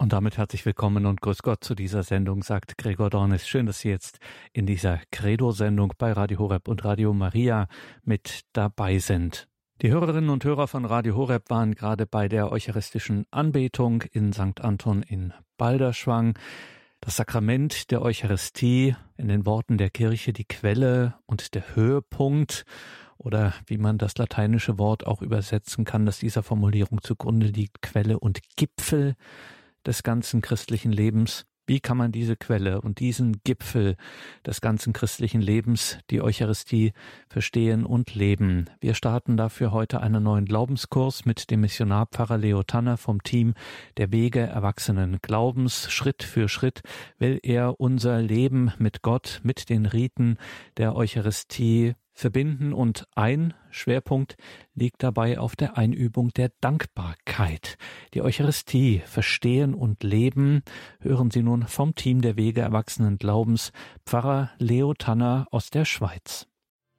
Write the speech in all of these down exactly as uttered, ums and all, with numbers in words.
Und damit herzlich willkommen und grüß Gott zu dieser Sendung, sagt Gregor Dornis. Schön, dass Sie jetzt in dieser Credo-Sendung bei Radio Horeb und Radio Maria mit dabei sind. Die Hörerinnen und Hörer von Radio Horeb waren gerade bei der eucharistischen Anbetung in Sankt Anton in Balderschwang. Das Sakrament der Eucharistie, in den Worten der Kirche die Quelle und der Höhepunkt, oder wie man das lateinische Wort auch übersetzen kann, das dieser Formulierung zugrunde liegt, Quelle und Gipfel des ganzen christlichen Lebens. Wie kann man diese Quelle und diesen Gipfel des ganzen christlichen Lebens, die Eucharistie, verstehen und leben? Wir starten dafür heute einen neuen Glaubenskurs mit dem Missionarpfarrer Leo Tanner vom Team der Wege erwachsenen Glaubens. Schritt für Schritt will er unser Leben mit Gott, mit den Riten der Eucharistie verbinden, und ein Schwerpunkt liegt dabei auf der Einübung der Dankbarkeit. Die Eucharistie verstehen und leben, hören Sie nun vom Team der Wege erwachsenen Glaubens, Pfarrer Leo Tanner aus der Schweiz.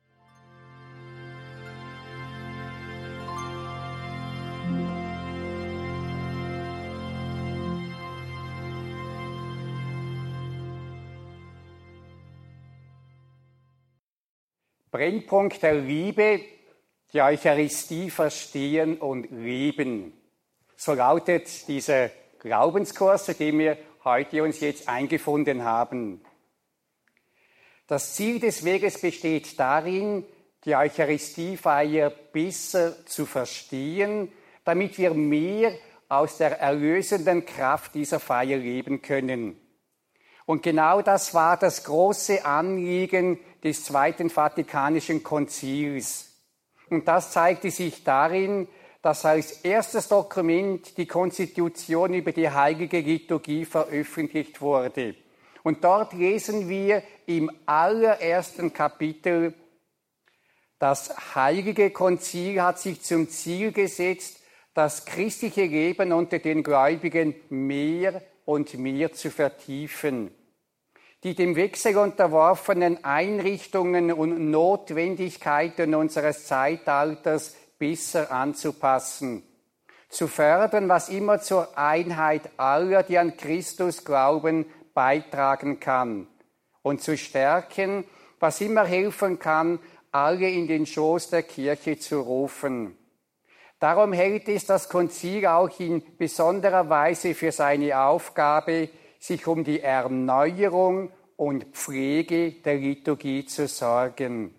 Brennpunkt der Liebe, die Eucharistie verstehen und leben. So lautet dieser Glaubenskurs, zu dem wir heute uns jetzt eingefunden haben. Das Ziel des Weges besteht darin, die Eucharistiefeier besser zu verstehen, damit wir mehr aus der erlösenden Kraft dieser Feier leben können. Und genau das war das große Anliegen des Zweiten Vatikanischen Konzils. Und das zeigte sich darin, dass als erstes Dokument die Konstitution über die heilige Liturgie veröffentlicht wurde. Und dort lesen wir im allerersten Kapitel: Das Heilige Konzil hat sich zum Ziel gesetzt, das christliche Leben unter den Gläubigen mehr und mehr zu vertiefen, die dem Wechsel unterworfenen Einrichtungen und Notwendigkeiten unseres Zeitalters besser anzupassen, zu fördern, was immer zur Einheit aller, die an Christus glauben, beitragen kann, und zu stärken, was immer helfen kann, alle in den Schoß der Kirche zu rufen. Darum hält es das Konzil auch in besonderer Weise für seine Aufgabe, sich um die Erneuerung und Pflege der Liturgie zu sorgen.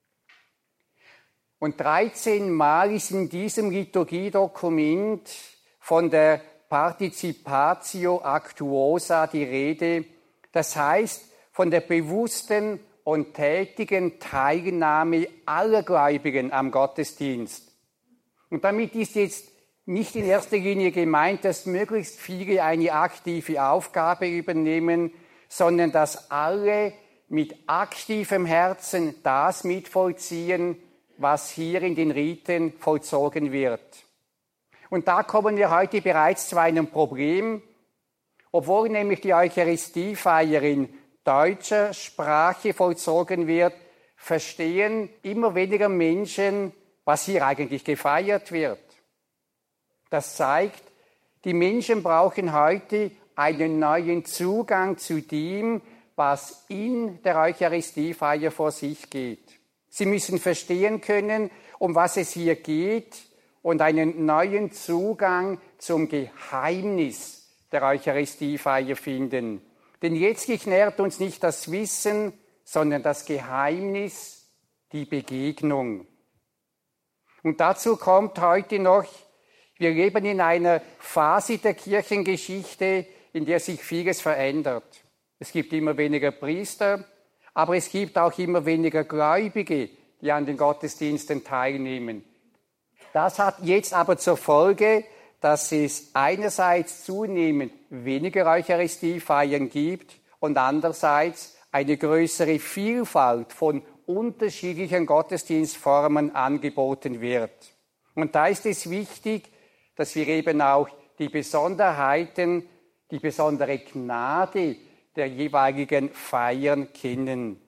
Und dreizehn Mal ist in diesem Liturgiedokument von der Participatio Actuosa die Rede, das heißt von der bewussten und tätigen Teilnahme aller Gläubigen am Gottesdienst. Und damit ist jetzt nicht in erster Linie gemeint, dass möglichst viele eine aktive Aufgabe übernehmen, sondern dass alle mit aktivem Herzen das mitvollziehen, was hier in den Riten vollzogen wird. Und da kommen wir heute bereits zu einem Problem. Obwohl nämlich die Eucharistiefeier in deutscher Sprache vollzogen wird, verstehen immer weniger Menschen, was hier eigentlich gefeiert wird. Das zeigt, die Menschen brauchen heute einen neuen Zugang zu dem, was in der Eucharistiefeier vor sich geht. Sie müssen verstehen können, um was es hier geht, und einen neuen Zugang zum Geheimnis der Eucharistiefeier finden. Denn letztlich nährt uns nicht das Wissen, sondern das Geheimnis, die Begegnung. Und dazu kommt heute noch: Wir leben in einer Phase der Kirchengeschichte, in der sich vieles verändert. Es gibt immer weniger Priester, aber es gibt auch immer weniger Gläubige, die an den Gottesdiensten teilnehmen. Das hat jetzt aber zur Folge, dass es einerseits zunehmend weniger Eucharistiefeiern gibt und andererseits eine größere Vielfalt von unterschiedlichen Gottesdienstformen angeboten wird. Und da ist es wichtig, dass wir eben auch die Besonderheiten, die besondere Gnade der jeweiligen Feiern kennen.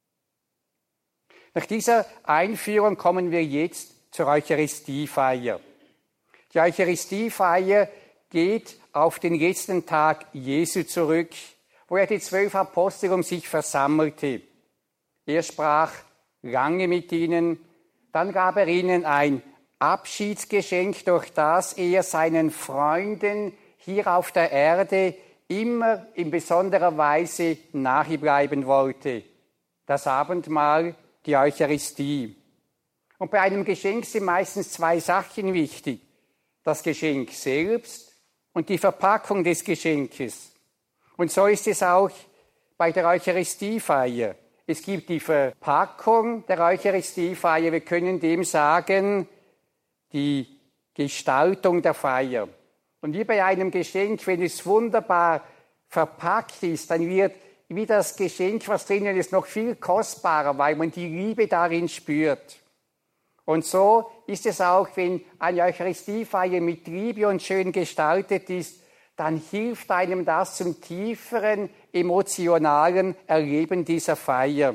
Nach dieser Einführung kommen wir jetzt zur Eucharistiefeier. Die Eucharistiefeier geht auf den letzten Tag Jesu zurück, wo er die zwölf Apostel um sich versammelte. Er sprach lange mit ihnen, dann gab er ihnen ein Abschiedsgeschenk, durch das er seinen Freunden hier auf der Erde immer in besonderer Weise nahe bleiben wollte. Das Abendmahl, die Eucharistie. Und bei einem Geschenk sind meistens zwei Sachen wichtig. Das Geschenk selbst und die Verpackung des Geschenkes. Und so ist es auch bei der Eucharistiefeier. Es gibt die Verpackung der Eucharistiefeier, wir können dem sagen, die Gestaltung der Feier. Und wie bei einem Geschenk, wenn es wunderbar verpackt ist, dann wird wie das Geschenk, was drinnen ist, noch viel kostbarer, weil man die Liebe darin spürt. Und so ist es auch, wenn eine Eucharistiefeier mit Liebe und schön gestaltet ist, dann hilft einem das zum tieferen emotionalen Erleben dieser Feier.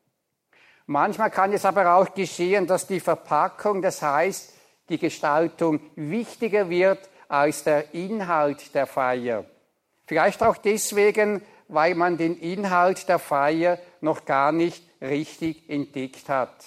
Manchmal kann es aber auch geschehen, dass die Verpackung, das heißt, die Gestaltung wichtiger wird als der Inhalt der Feier. Vielleicht auch deswegen, weil man den Inhalt der Feier noch gar nicht richtig entdeckt hat.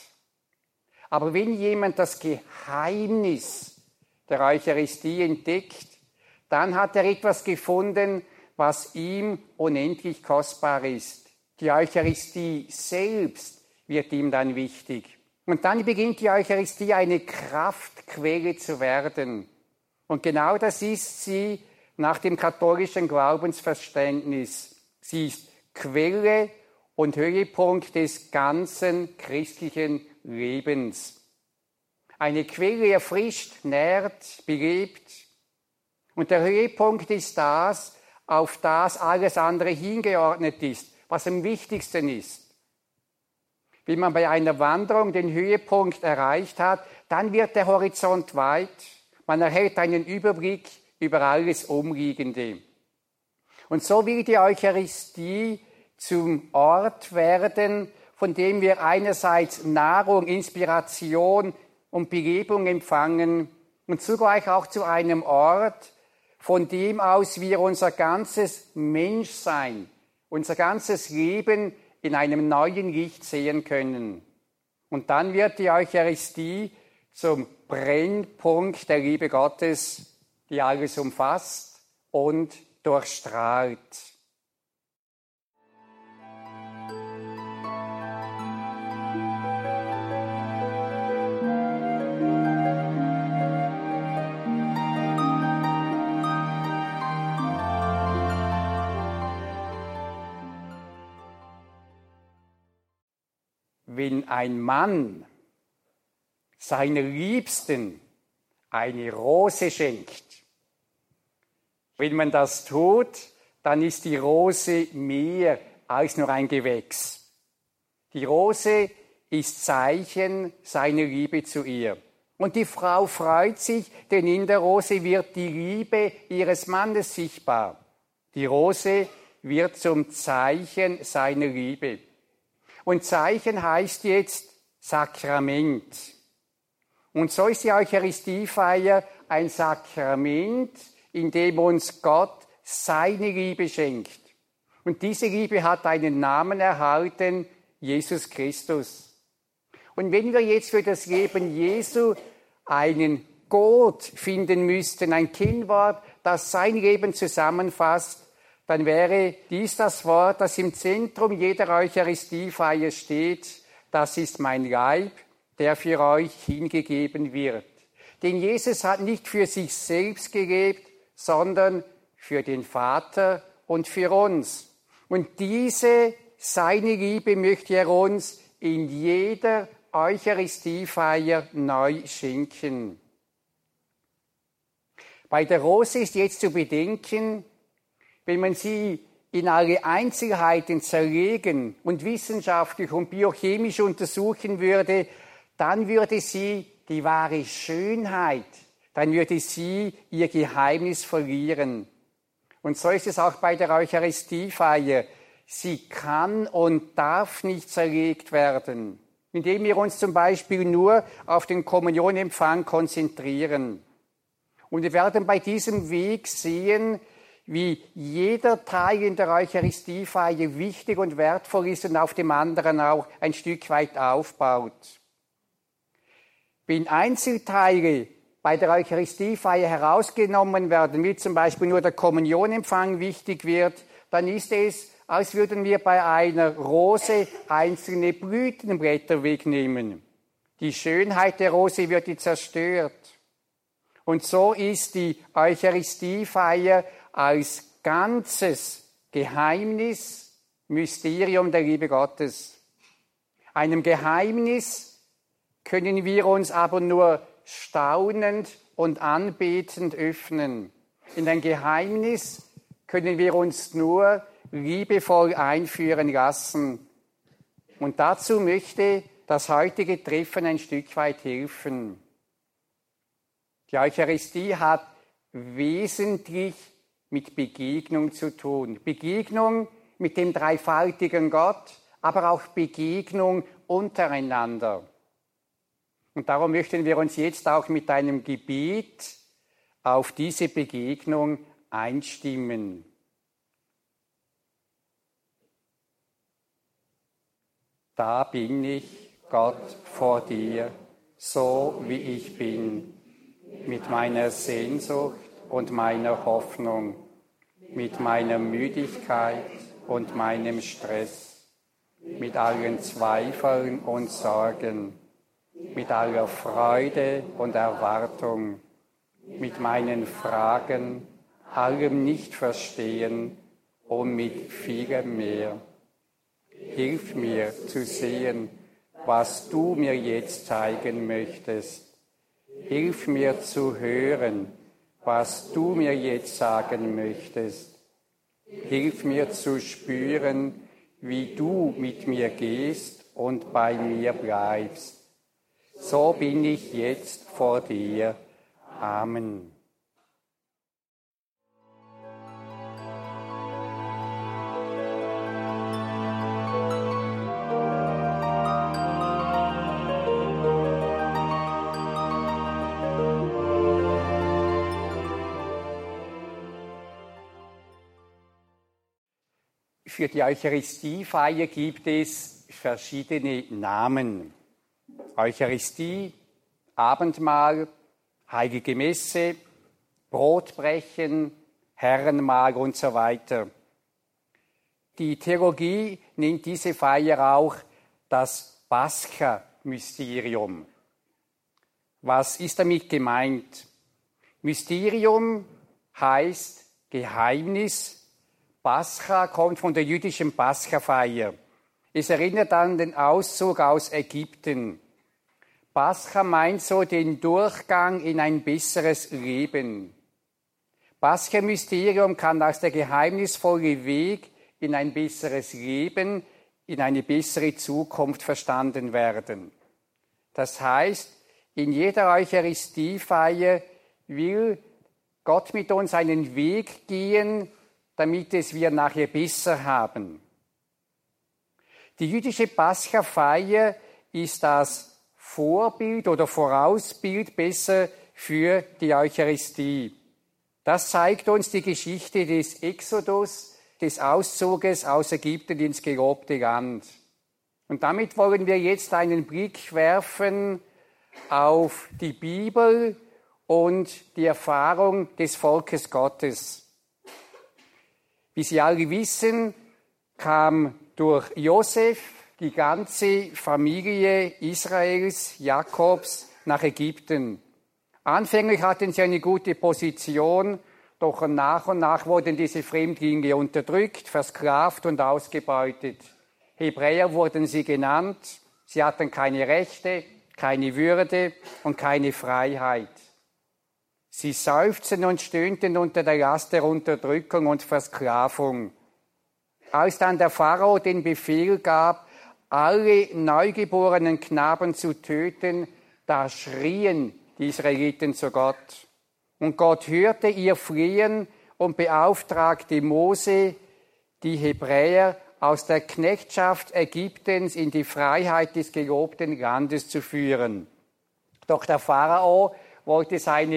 Aber wenn jemand das Geheimnis der Eucharistie entdeckt, dann hat er etwas gefunden, was ihm unendlich kostbar ist. Die Eucharistie selbst wird ihm dann wichtig. Und dann beginnt die Eucharistie eine Kraftquelle zu werden. Und genau das ist sie nach dem katholischen Glaubensverständnis. Sie ist Quelle und Höhepunkt des ganzen christlichen Lebens. Eine Quelle erfrischt, nährt, belebt. Und der Höhepunkt ist das, auf das alles andere hingeordnet ist, was am wichtigsten ist. Wenn man bei einer Wanderung den Höhepunkt erreicht hat, dann wird der Horizont weit. Man erhält einen Überblick über alles Umliegende. Und so will die Eucharistie zum Ort werden, von dem wir einerseits Nahrung, Inspiration und Belebung empfangen und zugleich auch zu einem Ort, von dem aus wir unser ganzes Menschsein, unser ganzes Leben in einem neuen Licht sehen können. Und dann wird die Eucharistie zum Brennpunkt der Liebe Gottes, die alles umfasst und durchstrahlt. Wenn ein Mann seiner Liebsten eine Rose schenkt, wenn man das tut, dann ist die Rose mehr als nur ein Gewächs. Die Rose ist Zeichen seiner Liebe zu ihr. Und die Frau freut sich, denn in der Rose wird die Liebe ihres Mannes sichtbar. Die Rose wird zum Zeichen seiner Liebe. Und Zeichen heißt jetzt Sakrament. Und so ist die Eucharistiefeier ein Sakrament, in dem uns Gott seine Liebe schenkt. Und diese Liebe hat einen Namen erhalten, Jesus Christus. Und wenn wir jetzt für das Leben Jesu einen Gott finden müssten, ein Kennwort, das sein Leben zusammenfasst, dann wäre dies das Wort, das im Zentrum jeder Eucharistiefeier steht. Das ist mein Leib, der für euch hingegeben wird. Denn Jesus hat nicht für sich selbst gelebt, sondern für den Vater und für uns. Und diese, seine Liebe möchte er uns in jeder Eucharistiefeier neu schenken. Bei der Rose ist jetzt zu bedenken, wenn man sie in alle Einzelheiten zerlegen und wissenschaftlich und biochemisch untersuchen würde, dann würde sie die wahre Schönheit, dann würde sie ihr Geheimnis verlieren. Und so ist es auch bei der Eucharistiefeier. Sie kann und darf nicht zerlegt werden, indem wir uns zum Beispiel nur auf den Kommunionempfang konzentrieren. Und wir werden bei diesem Weg sehen, wie jeder Teil in der Eucharistiefeier wichtig und wertvoll ist und auf dem anderen auch ein Stück weit aufbaut. Wenn Einzelteile bei der Eucharistiefeier herausgenommen werden, wie zum Beispiel nur der Kommunionempfang wichtig wird, dann ist es, als würden wir bei einer Rose einzelne Blütenblätter wegnehmen. Die Schönheit der Rose wird zerstört. Und so ist die Eucharistiefeier als ganzes Geheimnis, Mysterium der Liebe Gottes. Einem Geheimnis können wir uns aber nur staunend und anbetend öffnen. In ein Geheimnis können wir uns nur liebevoll einführen lassen. Und dazu möchte das heutige Treffen ein Stück weit helfen. Die Eucharistie hat wesentlich mit Begegnung zu tun. Begegnung mit dem dreifaltigen Gott, aber auch Begegnung untereinander. Und darum möchten wir uns jetzt auch mit einem Gebet auf diese Begegnung einstimmen. Da bin ich, Gott, vor dir, so wie ich bin, mit meiner Sehnsucht und meiner Hoffnung, mit meiner Müdigkeit und meinem Stress, mit allen Zweifeln und Sorgen, mit aller Freude und Erwartung, mit meinen Fragen, allem Nichtverstehen und mit vielem mehr. Hilf mir zu sehen, was du mir jetzt zeigen möchtest. Hilf mir zu hören, was du mir jetzt sagen möchtest. Hilf mir zu spüren, wie du mit mir gehst und bei mir bleibst. So bin ich jetzt vor dir. Amen. Für die Eucharistiefeier gibt es verschiedene Namen. Eucharistie, Abendmahl, Heilige Messe, Brotbrechen, Herrenmahl und so weiter. Die Theologie nennt diese Feier auch das Pascha-Mysterium. Was ist damit gemeint? Mysterium heißt Geheimnis. Pascha kommt von der jüdischen Pascha-Feier. Es erinnert an den Auszug aus Ägypten. Pascha meint so den Durchgang in ein besseres Leben. Pascha-Mysterium kann als der geheimnisvolle Weg in ein besseres Leben, in eine bessere Zukunft verstanden werden. Das heißt, in jeder Eucharistiefeier will Gott mit uns einen Weg gehen, damit es wir nachher besser haben. Die jüdische Pascha-Feier ist das Vorbild oder Vorausbild besser für die Eucharistie. Das zeigt uns die Geschichte des Exodus, des Auszuges aus Ägypten ins gelobte Land. Und damit wollen wir jetzt einen Blick werfen auf die Bibel und die Erfahrung des Volkes Gottes. Wie Sie alle wissen, kam durch Josef die ganze Familie Israels, Jakobs, nach Ägypten. Anfänglich hatten sie eine gute Position, doch nach und nach wurden diese Fremdlinge unterdrückt, versklavt und ausgebeutet. Hebräer wurden sie genannt, sie hatten keine Rechte, keine Würde und keine Freiheit. Sie seufzten und stöhnten unter der Last der Unterdrückung und Versklavung. Als dann der Pharao den Befehl gab, alle neugeborenen Knaben zu töten, da schrien die Israeliten zu Gott. Und Gott hörte ihr Flehen und beauftragte Mose, die Hebräer aus der Knechtschaft Ägyptens in die Freiheit des gelobten Landes zu führen. Doch der Pharao wollte seine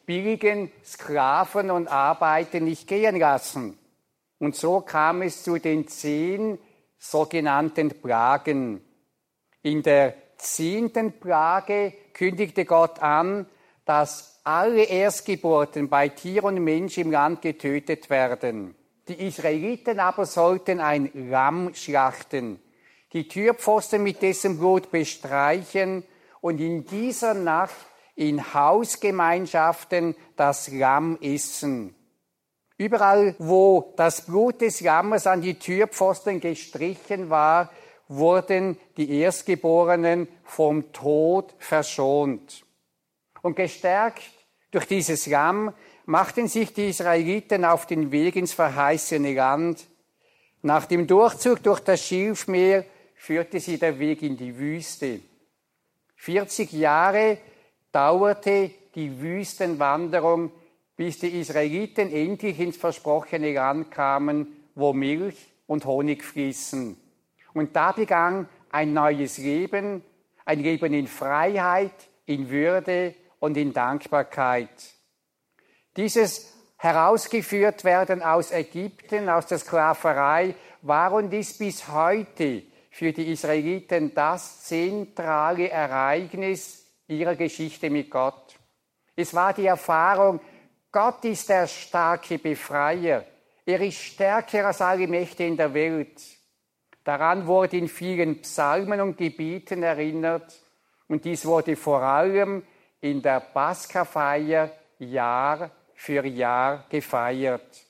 billigen Sklaven und Arbeiter nicht gehen lassen. Und so kam es zu den zehn sogenannten Plagen. In der zehnten Plage kündigte Gott an, dass alle Erstgeburten bei Tier und Mensch im Land getötet werden. Die Israeliten aber sollten ein Lamm schlachten, die Türpfosten mit dessen Blut bestreichen und in dieser Nacht in Hausgemeinschaften das Lamm essen. Überall, wo das Blut des Lammes an die Türpfosten gestrichen war, wurden die Erstgeborenen vom Tod verschont. Und gestärkt durch dieses Lamm machten sich die Israeliten auf den Weg ins verheißene Land. Nach dem Durchzug durch das Schilfmeer führte sie der Weg in die Wüste. vierzig Jahre dauerte die Wüstenwanderung, bis die Israeliten endlich ins versprochene Land kamen, wo Milch und Honig fließen. Und da begann ein neues Leben, ein Leben in Freiheit, in Würde und in Dankbarkeit. Dieses Herausgeführtwerden aus Ägypten, aus der Sklaverei, war und ist bis heute für die Israeliten das zentrale Ereignis ihrer Geschichte mit Gott. Es war die Erfahrung, Gott ist der starke Befreier. Er ist stärker als alle Mächte in der Welt. Daran wurde in vielen Psalmen und Gebieten erinnert und dies wurde vor allem in der Paschafeier Jahr für Jahr gefeiert.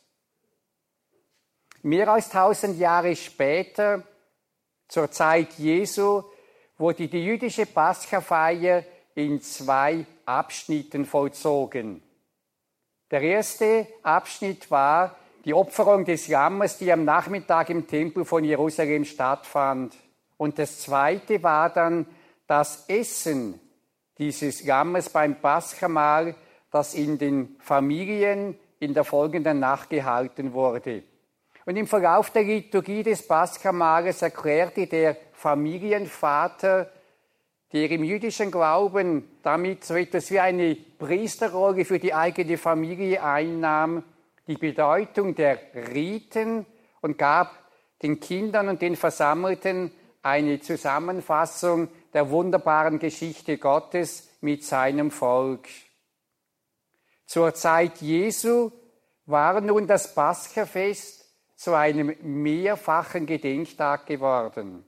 Mehr als tausend Jahre später, zur Zeit Jesu, wurde die jüdische Paschafeier in zwei Abschnitten vollzogen. Der erste Abschnitt war die Opferung des Lammes, die am Nachmittag im Tempel von Jerusalem stattfand. Und das zweite war dann das Essen dieses Lammes beim Paschamahl, das in den Familien in der folgenden Nacht gehalten wurde. Und im Verlauf der Liturgie des Paschamahles erklärte der Familienvater, der im jüdischen Glauben damit so etwas wie eine Priesterrolle für die eigene Familie einnahm, die Bedeutung der Riten und gab den Kindern und den Versammelten eine Zusammenfassung der wunderbaren Geschichte Gottes mit seinem Volk. Zur Zeit Jesu war nun das Paschafest zu einem mehrfachen Gedenktag geworden.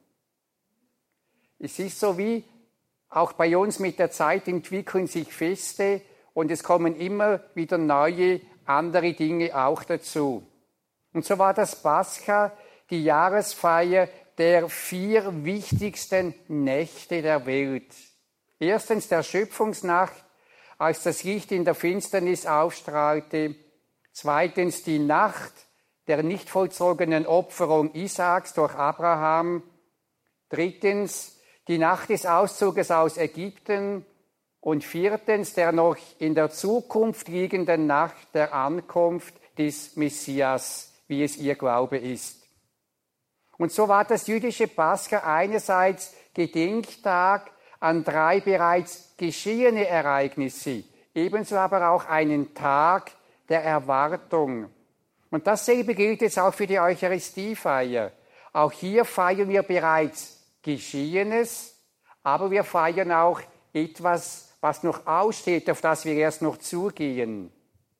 Es ist so wie auch bei uns mit der Zeit entwickeln sich Feste und es kommen immer wieder neue, andere Dinge auch dazu. Und so war das Pascha die Jahresfeier der vier wichtigsten Nächte der Welt. Erstens der Schöpfungsnacht, als das Licht in der Finsternis aufstrahlte. Zweitens die Nacht der nicht vollzogenen Opferung Isaaks durch Abraham. Drittens die Nacht des Auszuges aus Ägypten. Und viertens der noch in der Zukunft liegenden Nacht der Ankunft des Messias, wie es ihr Glaube ist. Und so war das jüdische Pascha einerseits Gedenktag an drei bereits geschehene Ereignisse, ebenso aber auch einen Tag der Erwartung. Und dasselbe gilt jetzt auch für die Eucharistiefeier. Auch hier feiern wir bereits Geschehenes, aber wir feiern auch etwas, was noch aussteht, auf das wir erst noch zugehen.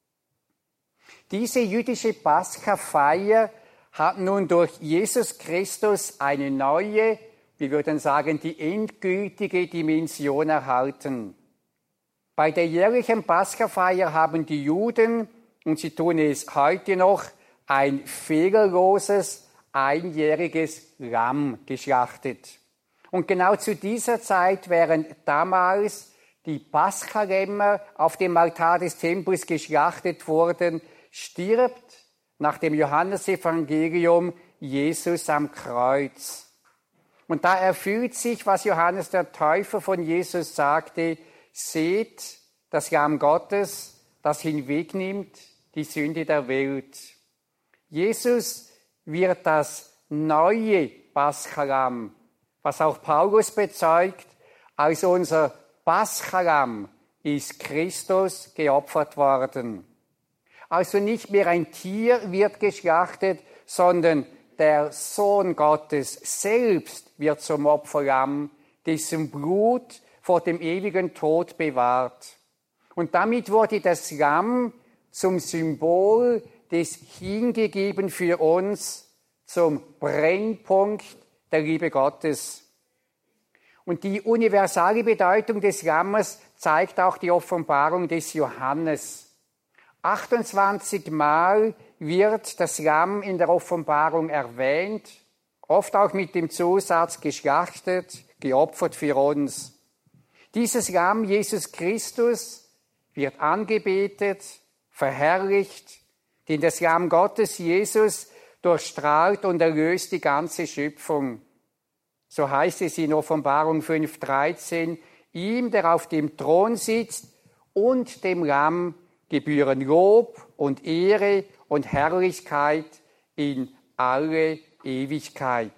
Diese jüdische Pascha-Feier hat nun durch Jesus Christus eine neue, wir würden sagen, die endgültige Dimension erhalten. Bei der jährlichen Pascha-Feier haben die Juden, und sie tun es heute noch, ein fehlerloses, einjähriges Lamm geschlachtet. Und genau zu dieser Zeit, während damals die Paschalämmer auf dem Altar des Tempels geschlachtet wurden, stirbt nach dem Johannesevangelium Jesus am Kreuz. Und da erfüllt sich, was Johannes der Täufer von Jesus sagte: Seht das Lamm Gottes, das hinwegnimmt die Sünde der Welt. Jesus wird das neue Paschalamm, was auch Paulus bezeugt, als unser Paschalamm, ist Christus geopfert worden. Also nicht mehr ein Tier wird geschlachtet, sondern der Sohn Gottes selbst wird zum Opferlamm, dessen Blut vor dem ewigen Tod bewahrt. Und damit wurde das Lamm zum Symbol des Hingegeben für uns, zum Brennpunkt der Liebe Gottes. Und die universale Bedeutung des Lammes zeigt auch die Offenbarung des Johannes. achtundzwanzig Mal wird das Lamm in der Offenbarung erwähnt, oft auch mit dem Zusatz geschlachtet, geopfert für uns. Dieses Lamm, Jesus Christus, wird angebetet, verherrlicht, denn das Lamm Gottes, Jesus, durchstrahlt und erlöst die ganze Schöpfung. So heißt es in Offenbarung fünf dreizehn, ihm, der auf dem Thron sitzt, und dem Lamm gebühren Lob und Ehre und Herrlichkeit in alle Ewigkeit.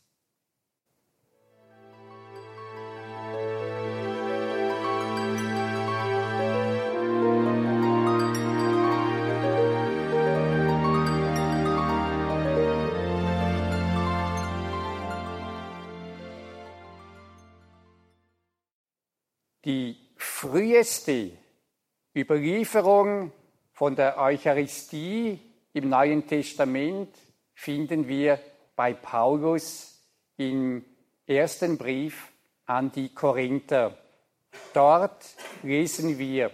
Die früheste Überlieferung von der Eucharistie im Neuen Testament finden wir bei Paulus im ersten Brief an die Korinther. Dort lesen wir: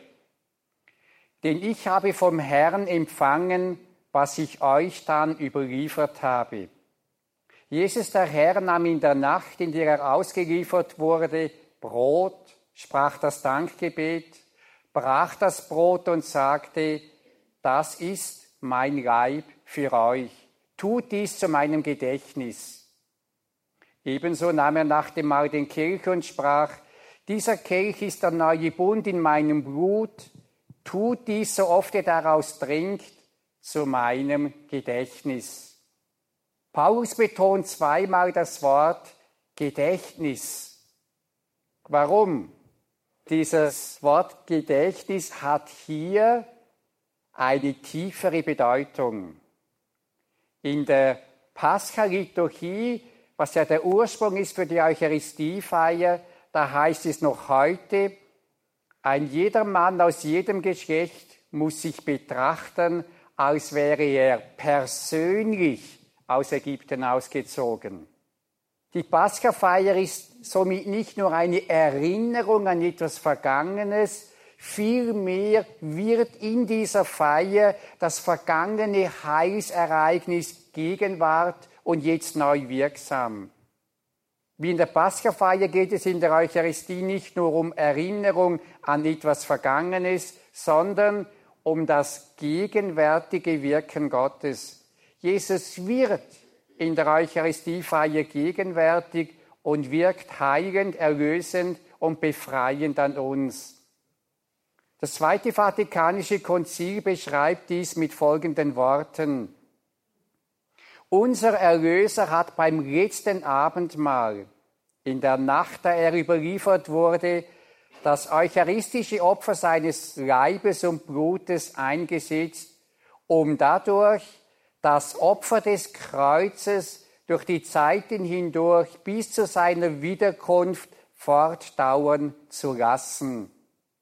Denn ich habe vom Herrn empfangen, was ich euch dann überliefert habe. Jesus, der Herr, nahm in der Nacht, in der er ausgeliefert wurde, Brot, sprach das Dankgebet, brach das Brot und sagte: Das ist mein Leib für euch. Tut dies zu meinem Gedächtnis. Ebenso nahm er nach dem Mahl den Kelch und sprach: Dieser Kelch ist der neue Bund in meinem Blut. Tut dies, so oft ihr daraus trinkt, zu meinem Gedächtnis. Paulus betont zweimal das Wort Gedächtnis. Warum? Dieses Wort Gedächtnis hat hier eine tiefere Bedeutung. In der Pascha-Liturgie, was ja der Ursprung ist für die Eucharistiefeier, da heißt es noch heute: Ein jeder Mann aus jedem Geschlecht muss sich betrachten, als wäre er persönlich aus Ägypten ausgezogen. Die Pascha-Feier ist somit nicht nur eine Erinnerung an etwas Vergangenes, vielmehr wird in dieser Feier das vergangene Heilsereignis Gegenwart und jetzt neu wirksam. Wie in der Pascha-Feier geht es in der Eucharistie nicht nur um Erinnerung an etwas Vergangenes, sondern um das gegenwärtige Wirken Gottes. Jesus wird in der Eucharistiefeier gegenwärtig und wirkt heilend, erlösend und befreiend an uns. Das Zweite Vatikanische Konzil beschreibt dies mit folgenden Worten: Unser Erlöser hat beim letzten Abendmahl, in der Nacht, da er überliefert wurde, das eucharistische Opfer seines Leibes und Blutes eingesetzt, um dadurch das Opfer des Kreuzes durch die Zeiten hindurch bis zu seiner Wiederkunft fortdauern zu lassen.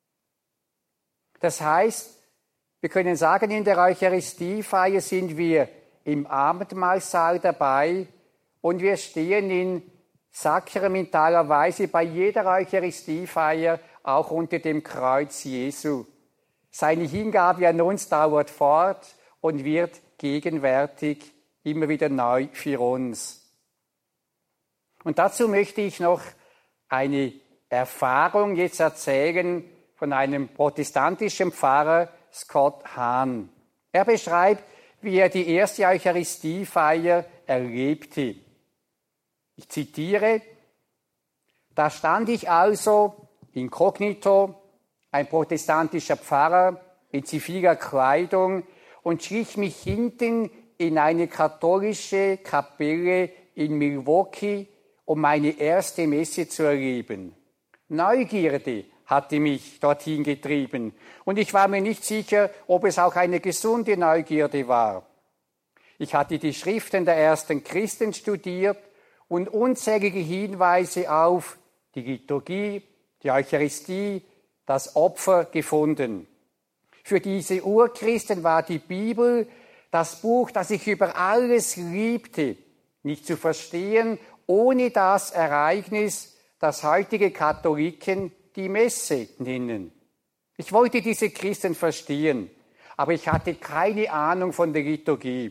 Das heißt, wir können sagen, in der Eucharistiefeier sind wir im Abendmahlsaal dabei und wir stehen in sakramentaler Weise bei jeder Eucharistiefeier auch unter dem Kreuz Jesu. Seine Hingabe an uns dauert fort und wird gegenwärtig immer wieder neu für uns. Und dazu möchte ich noch eine Erfahrung jetzt erzählen von einem protestantischen Pfarrer, Scott Hahn. Er beschreibt, wie er die erste Eucharistiefeier erlebte. Ich zitiere: Da stand ich also inkognito, ein protestantischer Pfarrer in ziviler Kleidung, und schlich mich hinten in eine katholische Kapelle in Milwaukee, um meine erste Messe zu erleben. Neugierde hatte mich dorthin getrieben. Und ich war mir nicht sicher, ob es auch eine gesunde Neugierde war. Ich hatte die Schriften der ersten Christen studiert und unzählige Hinweise auf die Liturgie, die Eucharistie, das Opfer gefunden. Für diese Urchristen war die Bibel das Buch, das ich über alles liebte, nicht zu verstehen, ohne das Ereignis, das heutige Katholiken die Messe nennen. Ich wollte diese Christen verstehen, aber ich hatte keine Ahnung von der Liturgie.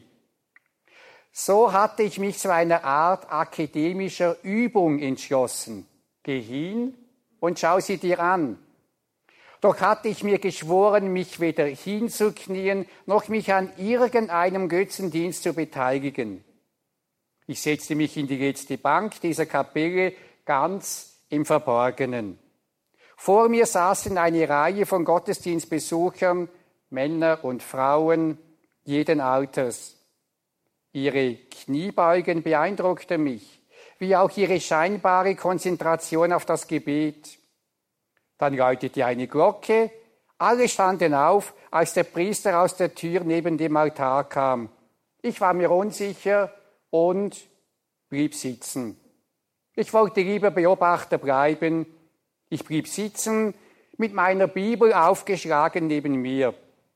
So hatte ich mich zu einer Art akademischer Übung entschlossen. Geh hin und schau sie dir an. Doch hatte ich mir geschworen, mich weder hinzuknien, noch mich an irgendeinem Götzendienst zu beteiligen. Ich setzte mich in die letzte Bank dieser Kapelle ganz im Verborgenen. Vor mir saßen eine Reihe von Gottesdienstbesuchern, Männer und Frauen jeden Alters. Ihre Kniebeugen beeindruckten mich, wie auch ihre scheinbare Konzentration auf das Gebet. Dann läutete eine Glocke, alle standen auf, als der Priester aus der Tür neben dem Altar kam. Ich war mir unsicher und blieb sitzen. Ich wollte lieber Beobachter bleiben. Ich blieb sitzen, mit meiner Bibel aufgeschlagen neben mir.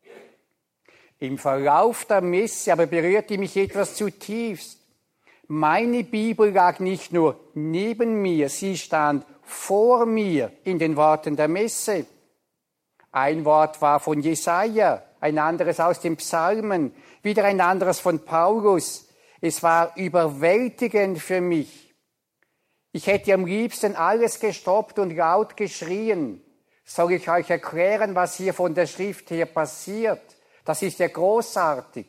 Im Verlauf der Messe aber berührte mich etwas zutiefst. Meine Bibel lag nicht nur neben mir, sie stand vor mir in den Worten der Messe. Ein Wort war von Jesaja, ein anderes aus den Psalmen, wieder ein anderes von Paulus. Es war überwältigend für mich. Ich hätte am liebsten alles gestoppt und laut geschrien. Soll ich euch erklären, was hier von der Schrift her passiert? Das ist ja großartig.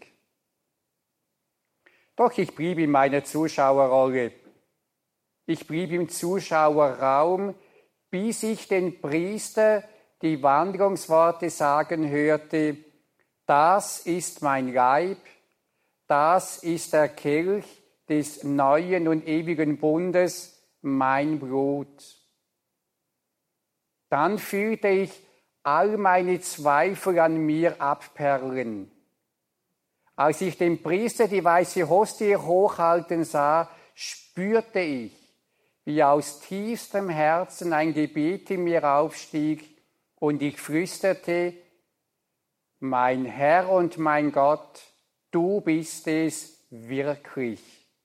Doch ich blieb in meiner Zuschauerrolle. Ich blieb im Zuschauerraum, bis ich den Priester die Wandlungsworte sagen hörte: Das ist mein Leib, das ist der Kelch des neuen und ewigen Bundes, mein Blut. Dann fühlte ich all meine Zweifel an mir abperlen. Als ich den Priester die weiße Hostie hochhalten sah, spürte ich, wie aus tiefstem Herzen ein Gebet in mir aufstieg und ich flüsterte: Mein Herr und mein Gott, du bist es wirklich.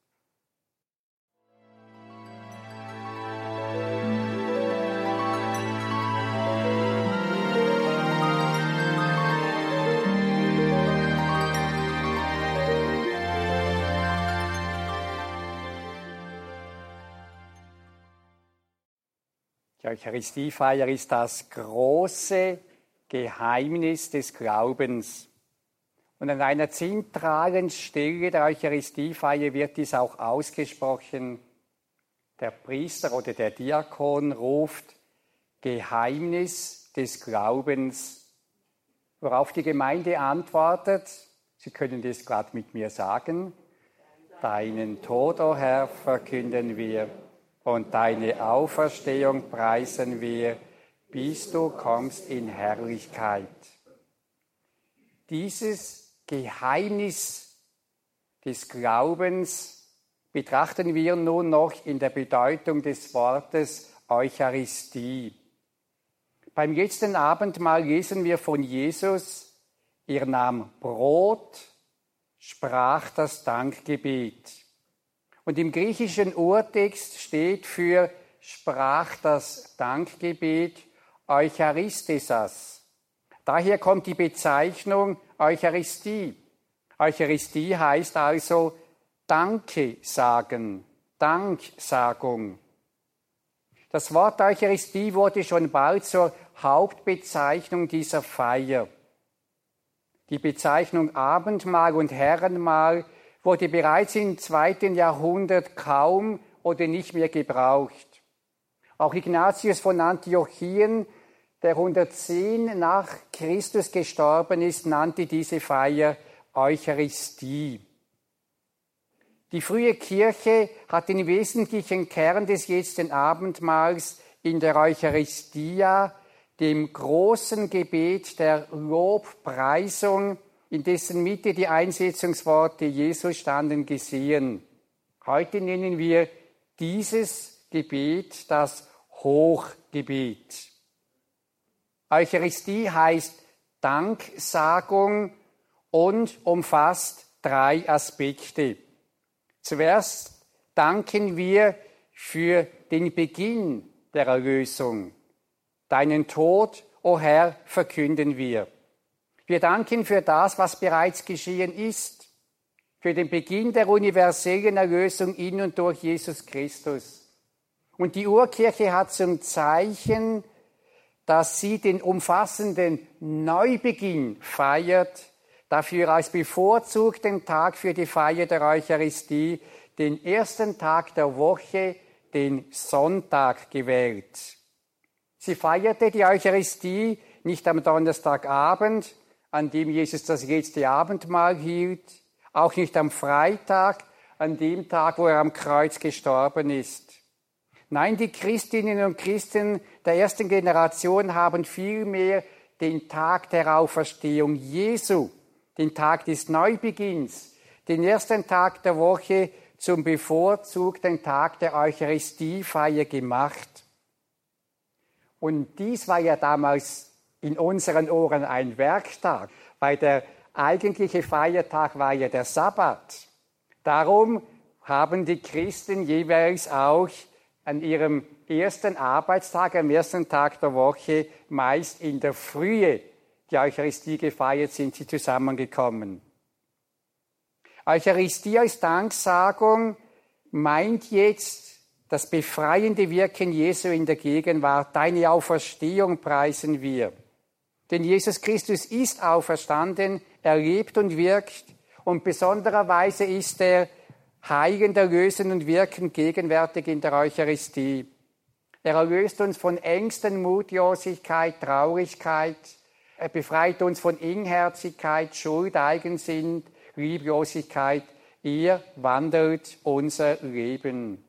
Die Eucharistiefeier ist das große Geheimnis des Glaubens. Und an einer zentralen Stelle der Eucharistiefeier wird dies auch ausgesprochen. Der Priester oder der Diakon ruft: Geheimnis des Glaubens, worauf die Gemeinde antwortet, Sie können das gerade mit mir sagen: Deinen Tod, o Herr, verkünden wir, und deine Auferstehung preisen wir, bis du kommst in Herrlichkeit. Dieses Geheimnis des Glaubens betrachten wir nun noch in der Bedeutung des Wortes Eucharistie. Beim letzten Abendmahl lesen wir von Jesus: Er nahm Brot, sprach das Dankgebet. Und im griechischen Urtext steht für sprach das Dankgebet Eucharistisas. Daher kommt die Bezeichnung Eucharistie. Eucharistie heißt also Danke sagen, Danksagung. Das Wort Eucharistie wurde schon bald zur Hauptbezeichnung dieser Feier. Die Bezeichnung Abendmahl und Herrenmahl wurde bereits im zweiten Jahrhundert kaum oder nicht mehr gebraucht. Auch Ignatius von Antiochien, der hundertzehn nach Christus gestorben ist, nannte diese Feier Eucharistie. Die frühe Kirche hat den wesentlichen Kern des letzten Abendmahls in der Eucharistia, dem großen Gebet der Lobpreisung, in dessen Mitte die Einsetzungsworte Jesu standen, gesehen. Heute nennen wir dieses Gebet das Hochgebet. Eucharistie heißt Danksagung und umfasst drei Aspekte. Zuerst danken wir für den Beginn der Erlösung. Deinen Tod, o Herr, verkünden wir. Wir danken für das, was bereits geschehen ist, für den Beginn der universellen Erlösung in und durch Jesus Christus. Und die Urkirche hat zum Zeichen, dass sie den umfassenden Neubeginn feiert, dafür als bevorzugten Tag für die Feier der Eucharistie den ersten Tag der Woche, den Sonntag, gewählt. Sie feierte die Eucharistie nicht am Donnerstagabend, an dem Jesus das letzte Abendmahl hielt, auch nicht am Freitag, an dem Tag, wo er am Kreuz gestorben ist. Nein, die Christinnen und Christen der ersten Generation haben vielmehr den Tag der Auferstehung Jesu, den Tag des Neubeginns, den ersten Tag der Woche zum bevorzugten Tag der Eucharistiefeier gemacht. Und dies war ja damals in unseren Ohren ein Werktag, weil der eigentliche Feiertag war ja der Sabbat. Darum haben die Christen jeweils auch an ihrem ersten Arbeitstag, am ersten Tag der Woche, meist in der Frühe die Eucharistie gefeiert, sind sie zusammengekommen. Eucharistie als Danksagung meint jetzt das befreiende Wirken Jesu in der Gegenwart. Deine Auferstehung preisen wir. Denn Jesus Christus ist auferstanden, er lebt und wirkt, und besondererweise ist er heilend, erlösend und wirkend gegenwärtig in der Eucharistie. Er erlöst uns von Ängsten, Mutlosigkeit, Traurigkeit. Er befreit uns von Inherzigkeit, Schuld, Eigensinn, Lieblosigkeit. Er wandelt unser Leben.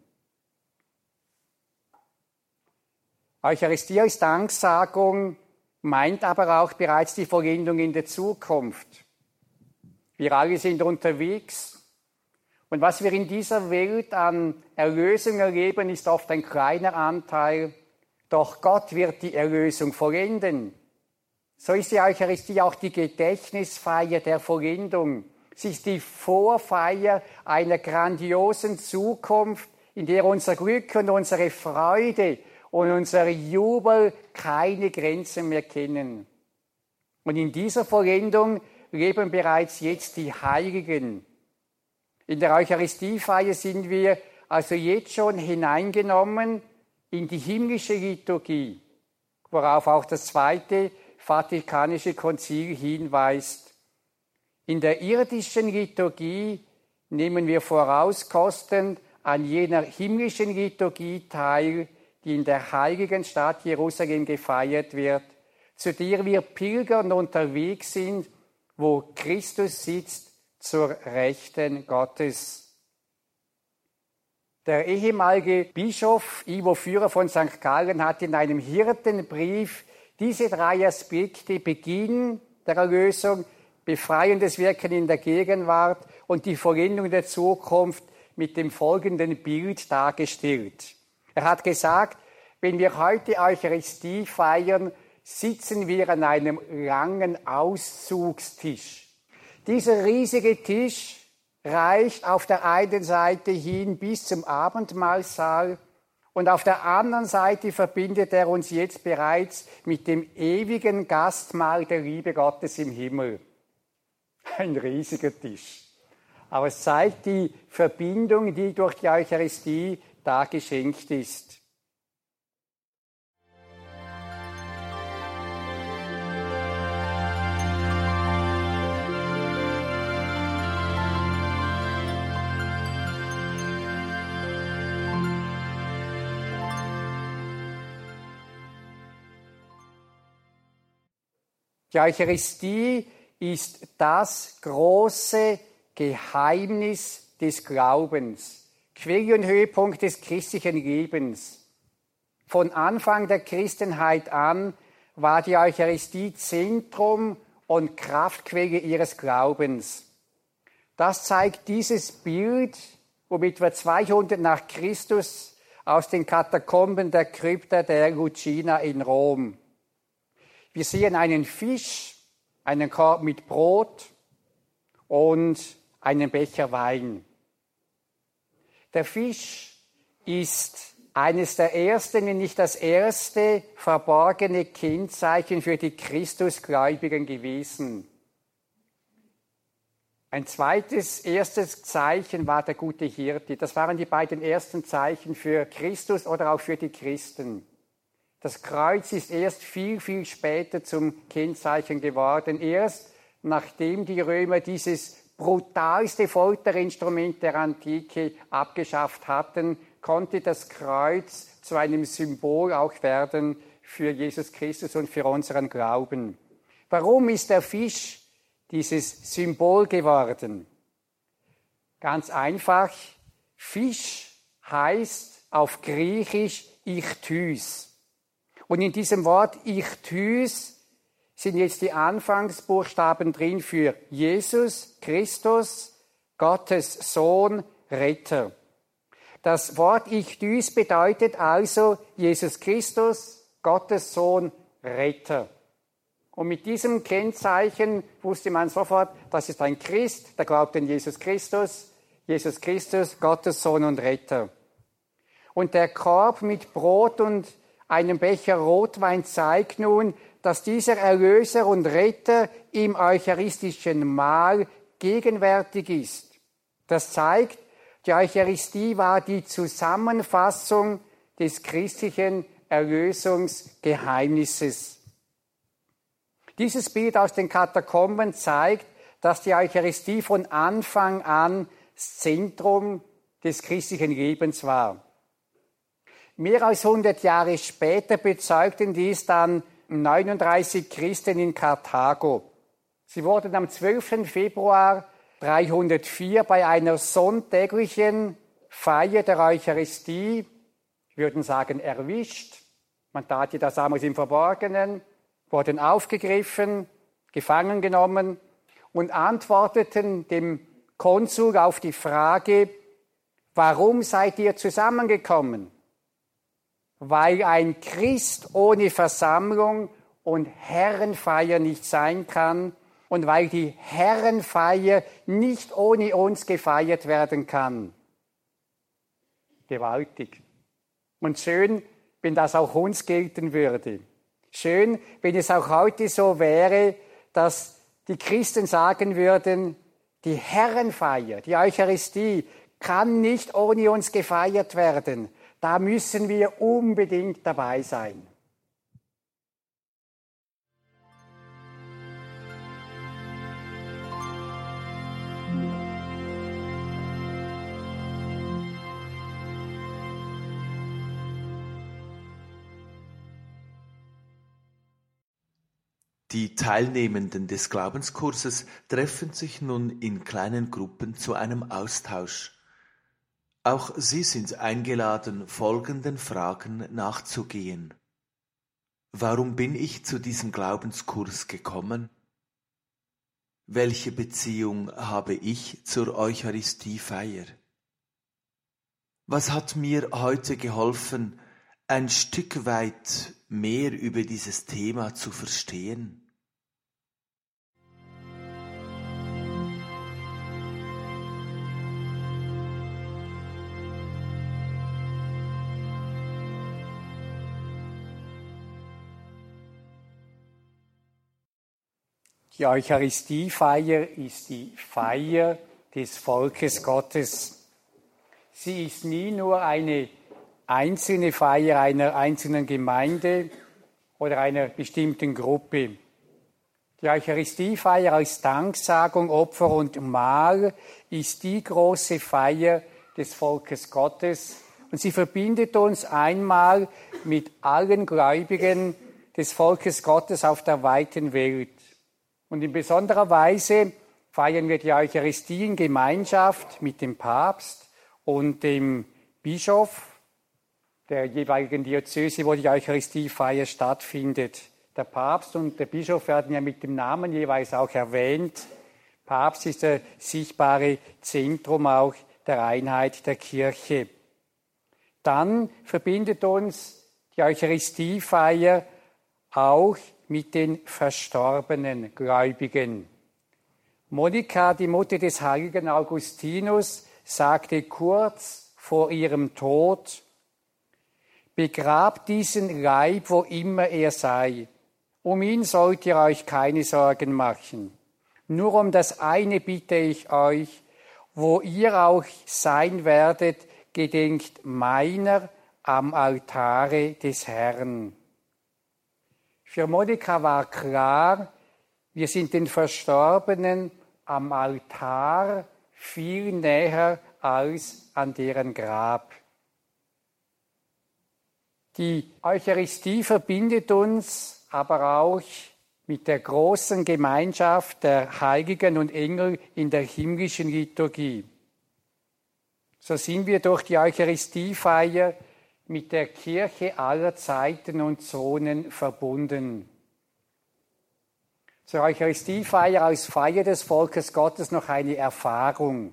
Eucharistie als Danksagung meint aber auch bereits die Vollendung in der Zukunft. Wir alle sind unterwegs. Und was wir in dieser Welt an Erlösung erleben, ist oft ein kleiner Anteil. Doch Gott wird die Erlösung vollenden. So ist die Eucharistie auch die Gedächtnisfeier der Vollendung. Sie ist die Vorfeier einer grandiosen Zukunft, in der unser Glück und unsere Freude und unser Jubel keine Grenzen mehr kennen. Und in dieser Vollendung leben bereits jetzt die Heiligen. In der Eucharistiefeier sind wir also jetzt schon hineingenommen in die himmlische Liturgie, worauf auch das Zweite Vatikanische Konzil hinweist. In der irdischen Liturgie nehmen wir vorauskostend an jener himmlischen Liturgie teil, die in der heiligen Stadt Jerusalem gefeiert wird, zu der wir pilgern unterwegs sind, wo Christus sitzt zur Rechten Gottes. Der ehemalige Bischof Ivo Führer von Sankt Gallen hat in einem Hirtenbrief diese drei Aspekte, Beginn der Erlösung, befreiendes Wirken in der Gegenwart und die Vollendung der Zukunft mit dem folgenden Bild dargestellt. Er hat gesagt, wenn wir heute Eucharistie feiern, sitzen wir an einem langen Auszugstisch. Dieser riesige Tisch reicht auf der einen Seite hin bis zum Abendmahlsaal und auf der anderen Seite verbindet er uns jetzt bereits mit dem ewigen Gastmahl der Liebe Gottes im Himmel. Ein riesiger Tisch. Aber es zeigt die Verbindung, die durch die Eucharistie da geschenkt ist. Die Eucharistie ist das große Geheimnis des Glaubens, Quelle und Höhepunkt des christlichen Lebens. Von Anfang der Christenheit an war die Eucharistie Zentrum und Kraftquelle ihres Glaubens. Das zeigt dieses Bild, womit etwa zweihundert nach Christus aus den Katakomben der Krypta der Lucina in Rom. Wir sehen einen Fisch, einen Korb mit Brot und einen Becher Wein. Der Fisch ist eines der ersten, wenn nicht das erste, verborgene Kennzeichen für die Christusgläubigen gewesen. Ein zweites, erstes Zeichen war der gute Hirte. Das waren die beiden ersten Zeichen für Christus oder auch für die Christen. Das Kreuz ist erst viel, viel später zum Kennzeichen geworden. Erst nachdem die Römer dieses brutalste Folterinstrument der Antike abgeschafft hatten, konnte das Kreuz zu einem Symbol auch werden für Jesus Christus und für unseren Glauben. Warum ist der Fisch dieses Symbol geworden? Ganz einfach, Fisch heißt auf Griechisch Ichthys. Und in diesem Wort Ichthys sind jetzt die Anfangsbuchstaben drin für Jesus, Christus, Gottes Sohn, Retter. Das Wort Ichthys bedeutet also Jesus Christus, Gottes Sohn, Retter. Und mit diesem Kennzeichen wusste man sofort, das ist ein Christ, der glaubt an Jesus Christus, Jesus Christus, Gottes Sohn und Retter. Und der Korb mit Brot und einem Becher Rotwein zeigt nun, dass dieser Erlöser und Retter im eucharistischen Mahl gegenwärtig ist. Das zeigt, die Eucharistie war die Zusammenfassung des christlichen Erlösungsgeheimnisses. Dieses Bild aus den Katakomben zeigt, dass die Eucharistie von Anfang an das Zentrum des christlichen Lebens war. Mehr als hundert Jahre später bezeugten dies dann neununddreißig Christen in Karthago. Sie wurden am zwölften Februar dreihundertvier bei einer sonntäglichen Feier der Eucharistie, wir würden sagen erwischt, man tat ja das damals im Verborgenen, wurden aufgegriffen, gefangen genommen und antworteten dem Konsul auf die Frage, warum seid ihr zusammengekommen? Weil ein Christ ohne Versammlung und Herrenfeier nicht sein kann und weil die Herrenfeier nicht ohne uns gefeiert werden kann. Gewaltig. Und schön, wenn das auch uns gelten würde. Schön, wenn es auch heute so wäre, dass die Christen sagen würden, die Herrenfeier, die Eucharistie kann nicht ohne uns gefeiert werden. Da müssen wir unbedingt dabei sein. Die Teilnehmenden des Glaubenskurses treffen sich nun in kleinen Gruppen zu einem Austausch. Auch sie sind eingeladen, folgenden Fragen nachzugehen. Warum bin ich zu diesem Glaubenskurs gekommen? Welche Beziehung habe ich zur Eucharistiefeier? Was hat mir heute geholfen, ein Stück weit mehr über dieses Thema zu verstehen? Die Eucharistiefeier ist die Feier des Volkes Gottes. Sie ist nie nur eine einzelne Feier einer einzelnen Gemeinde oder einer bestimmten Gruppe. Die Eucharistiefeier als Danksagung, Opfer und Mahl ist die große Feier des Volkes Gottes und sie verbindet uns einmal mit allen Gläubigen des Volkes Gottes auf der weiten Welt. Und in besonderer Weise feiern wir die Eucharistie in Gemeinschaft mit dem Papst und dem Bischof der jeweiligen Diözese, wo die Eucharistiefeier stattfindet. Der Papst und der Bischof werden ja mit dem Namen jeweils auch erwähnt. Papst ist das sichtbare Zentrum auch der Einheit der Kirche. Dann verbindet uns die Eucharistiefeier auch mit den verstorbenen Gläubigen. Monika, die Mutter des heiligen Augustinus, sagte kurz vor ihrem Tod: Begrabt diesen Leib, wo immer er sei. Um ihn sollt ihr euch keine Sorgen machen. Nur um das eine bitte ich euch: Wo ihr auch sein werdet, gedenkt meiner am Altare des Herrn. Für Monika war klar, wir sind den Verstorbenen am Altar viel näher als an deren Grab. Die Eucharistie verbindet uns aber auch mit der großen Gemeinschaft der Heiligen und Engel in der himmlischen Liturgie. So sind wir durch die Eucharistiefeier mit der Kirche aller Zeiten und Zonen verbunden. Zur Eucharistiefeier als Feier des Volkes Gottes noch eine Erfahrung.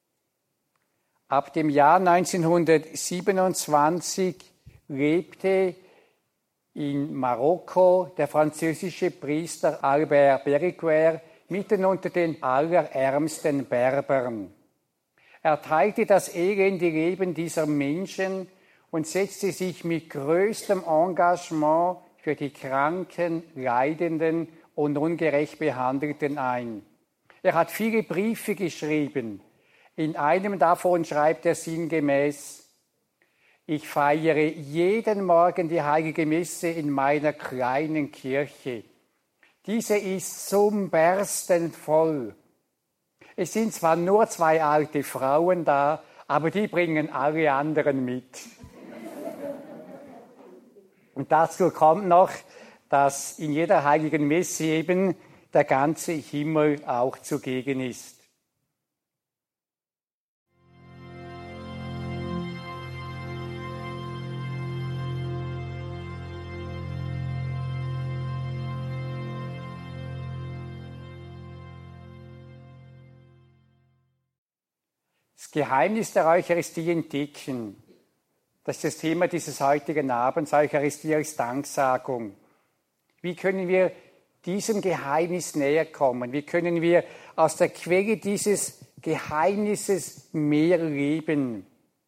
Ab dem Jahr neunzehnhundertsiebenundzwanzig lebte in Marokko der französische Priester Albert Beriguer mitten unter den allerärmsten Berbern. Er teilte das elende Leben dieser Menschen und setzte sich mit größtem Engagement für die Kranken, Leidenden und ungerecht Behandelten ein. Er hat viele Briefe geschrieben. In einem davon schreibt er sinngemäß: Ich feiere jeden Morgen die heilige Messe in meiner kleinen Kirche. Diese ist zum Bersten voll. Es sind zwar nur zwei alte Frauen da, aber die bringen alle anderen mit. Und dazu kommt noch, dass in jeder heiligen Messe eben der ganze Himmel auch zugegen ist. Das Geheimnis der Eucharistie entdecken. Das ist das Thema dieses heutigen Abends, Eucharistie als Danksagung. Wie können wir diesem Geheimnis näher kommen? Wie können wir aus der Quelle dieses Geheimnisses mehr leben?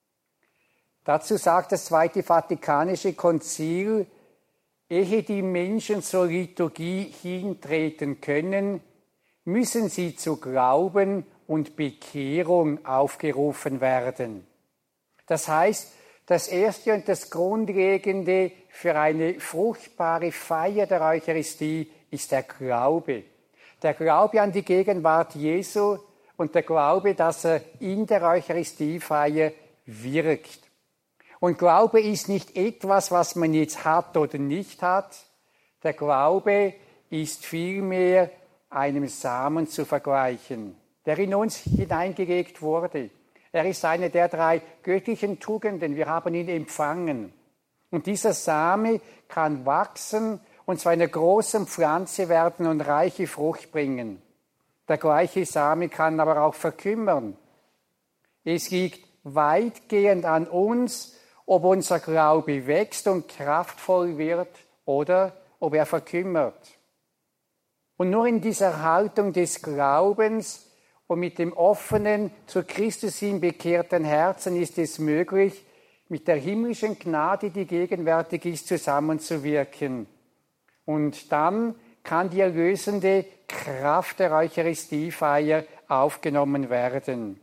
Dazu sagt das Zweite Vatikanische Konzil: Ehe die Menschen zur Liturgie hintreten können, müssen sie zu Glauben und Bekehrung aufgerufen werden. Das heißt, das Erste und das Grundlegende für eine fruchtbare Feier der Eucharistie ist der Glaube. Der Glaube an die Gegenwart Jesu und der Glaube, dass er in der Eucharistiefeier wirkt. Und Glaube ist nicht etwas, was man jetzt hat oder nicht hat. Der Glaube ist vielmehr einem Samen zu vergleichen, der in uns hineingelegt wurde. Er ist eine der drei göttlichen Tugenden. Wir haben ihn empfangen. Und dieser Same kann wachsen und zu einer großen Pflanze werden und reiche Frucht bringen. Der gleiche Same kann aber auch verkümmern. Es liegt weitgehend an uns, ob unser Glaube wächst und kraftvoll wird oder ob er verkümmert. Und nur in dieser Haltung des Glaubens und mit dem offenen, zu Christus hin bekehrten Herzen ist es möglich, mit der himmlischen Gnade, die gegenwärtig ist, zusammenzuwirken. Und dann kann die erlösende Kraft der Eucharistiefeier aufgenommen werden.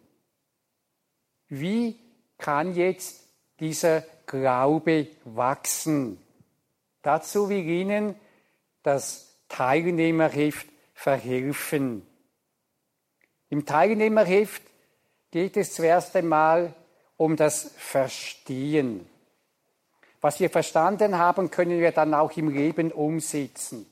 Wie kann jetzt dieser Glaube wachsen? Dazu will Ihnen das Teilnehmerheft verhelfen. Im Teilnehmerheft geht es zuerst einmal um das Verstehen. Was wir verstanden haben, können wir dann auch im Leben umsetzen.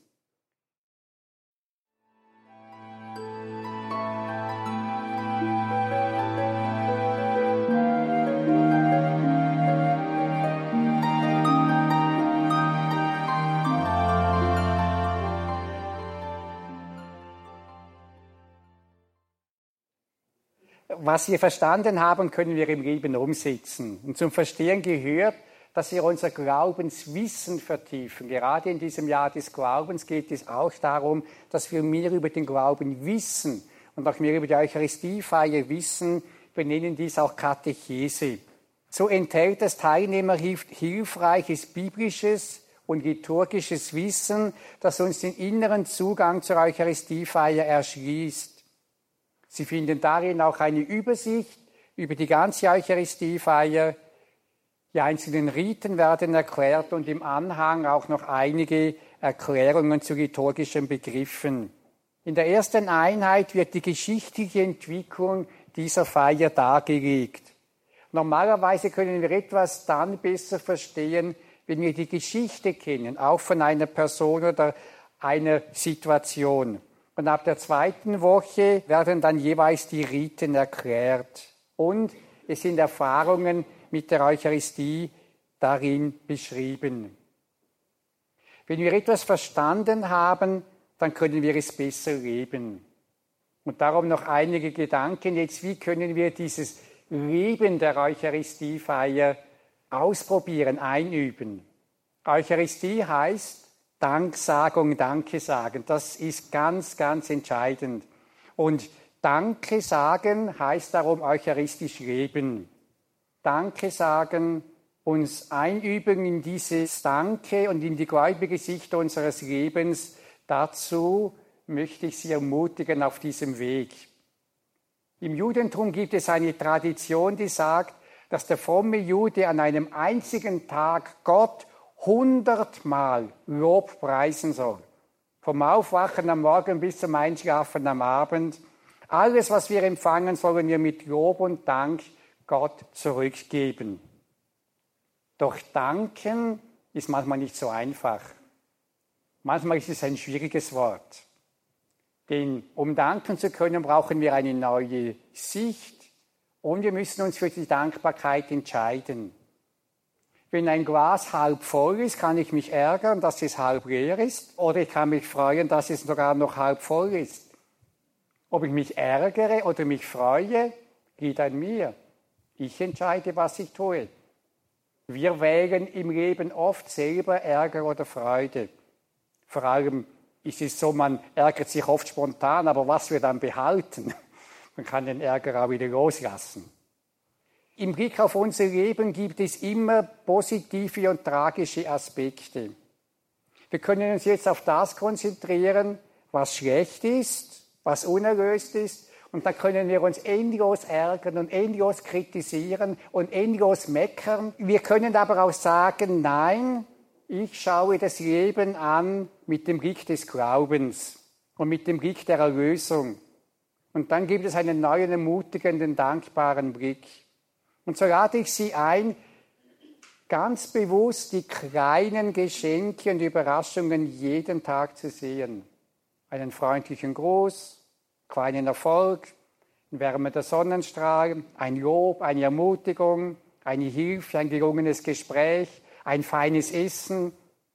Was wir verstanden haben, können wir im Leben umsetzen. Und zum Verstehen gehört, dass wir unser Glaubenswissen vertiefen. Gerade in diesem Jahr des Glaubens geht es auch darum, dass wir mehr über den Glauben wissen und auch mehr über die Eucharistiefeier wissen. Wir nennen dies auch Katechese. So enthält das Teilnehmer hilfreiches biblisches und liturgisches Wissen, das uns den inneren Zugang zur Eucharistiefeier erschließt. Sie finden darin auch eine Übersicht über die ganze Eucharistiefeier. Die einzelnen Riten werden erklärt und im Anhang auch noch einige Erklärungen zu liturgischen Begriffen. In der ersten Einheit wird die geschichtliche Entwicklung dieser Feier dargelegt. Normalerweise können wir etwas dann besser verstehen, wenn wir die Geschichte kennen, auch von einer Person oder einer Situation. Und ab der zweiten Woche werden dann jeweils die Riten erklärt. Und es sind Erfahrungen mit der Eucharistie darin beschrieben. Wenn wir etwas verstanden haben, dann können wir es besser leben. Und darum noch einige Gedanken jetzt, wie können wir dieses Leben der Eucharistiefeier ausprobieren, einüben. Eucharistie heißt Danksagung, Danke sagen. Das ist ganz, ganz entscheidend. Und Danke sagen heißt darum eucharistisch leben. Danke sagen, uns einüben in dieses Danke und in die gläubige Sicht unseres Lebens. Dazu möchte ich Sie ermutigen auf diesem Weg. Im Judentum gibt es eine Tradition, die sagt, dass der fromme Jude an einem einzigen Tag Gott hundertmal Lob preisen soll. Vom Aufwachen am Morgen bis zum Einschlafen am Abend. Alles, was wir empfangen, sollen wir mit Lob und Dank Gott zurückgeben. Doch danken ist manchmal nicht so einfach. Manchmal ist es ein schwieriges Wort. Denn um danken zu können, brauchen wir eine neue Sicht und wir müssen uns für die Dankbarkeit entscheiden. Wenn ein Glas halb voll ist, kann ich mich ärgern, dass es halb leer ist, oder ich kann mich freuen, dass es sogar noch halb voll ist. Ob ich mich ärgere oder mich freue, liegt an mir. Ich entscheide, was ich tue. Wir wählen im Leben oft selber Ärger oder Freude. Vor allem ist es so, man ärgert sich oft spontan, aber was wir dann behalten, man kann den Ärger auch wieder loslassen. Im Blick auf unser Leben gibt es immer positive und tragische Aspekte. Wir können uns jetzt auf das konzentrieren, was schlecht ist, was unerlöst ist, und dann können wir uns endlos ärgern und endlos kritisieren und endlos meckern. Wir können aber auch sagen, nein, ich schaue das Leben an mit dem Blick des Glaubens und mit dem Blick der Erlösung. Und dann gibt es einen neuen, ermutigenden, dankbaren Blick. Und so lade ich Sie ein, ganz bewusst die kleinen Geschenke und Überraschungen jeden Tag zu sehen. Einen freundlichen Gruß, kleinen Erfolg, ein wärmender Sonnenstrahl, ein Lob, eine Ermutigung, eine Hilfe, ein gelungenes Gespräch, ein feines Essen.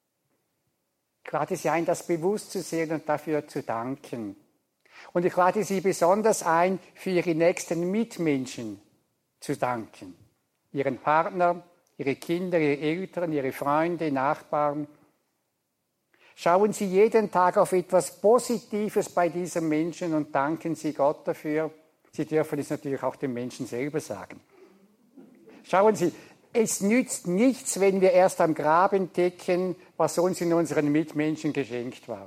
Ich lade Sie ein, das bewusst zu sehen und dafür zu danken. Und ich lade Sie besonders ein, für Ihre nächsten Mitmenschen zu danken. Ihren Partner, Ihre Kinder, Ihre Eltern, Ihre Freunde, Nachbarn. Schauen Sie jeden Tag auf etwas Positives bei diesem Menschen und danken Sie Gott dafür. Sie dürfen es natürlich auch dem Menschen selber sagen. Schauen Sie, es nützt nichts, wenn wir erst am Grab entdecken, was uns in unseren Mitmenschen geschenkt war.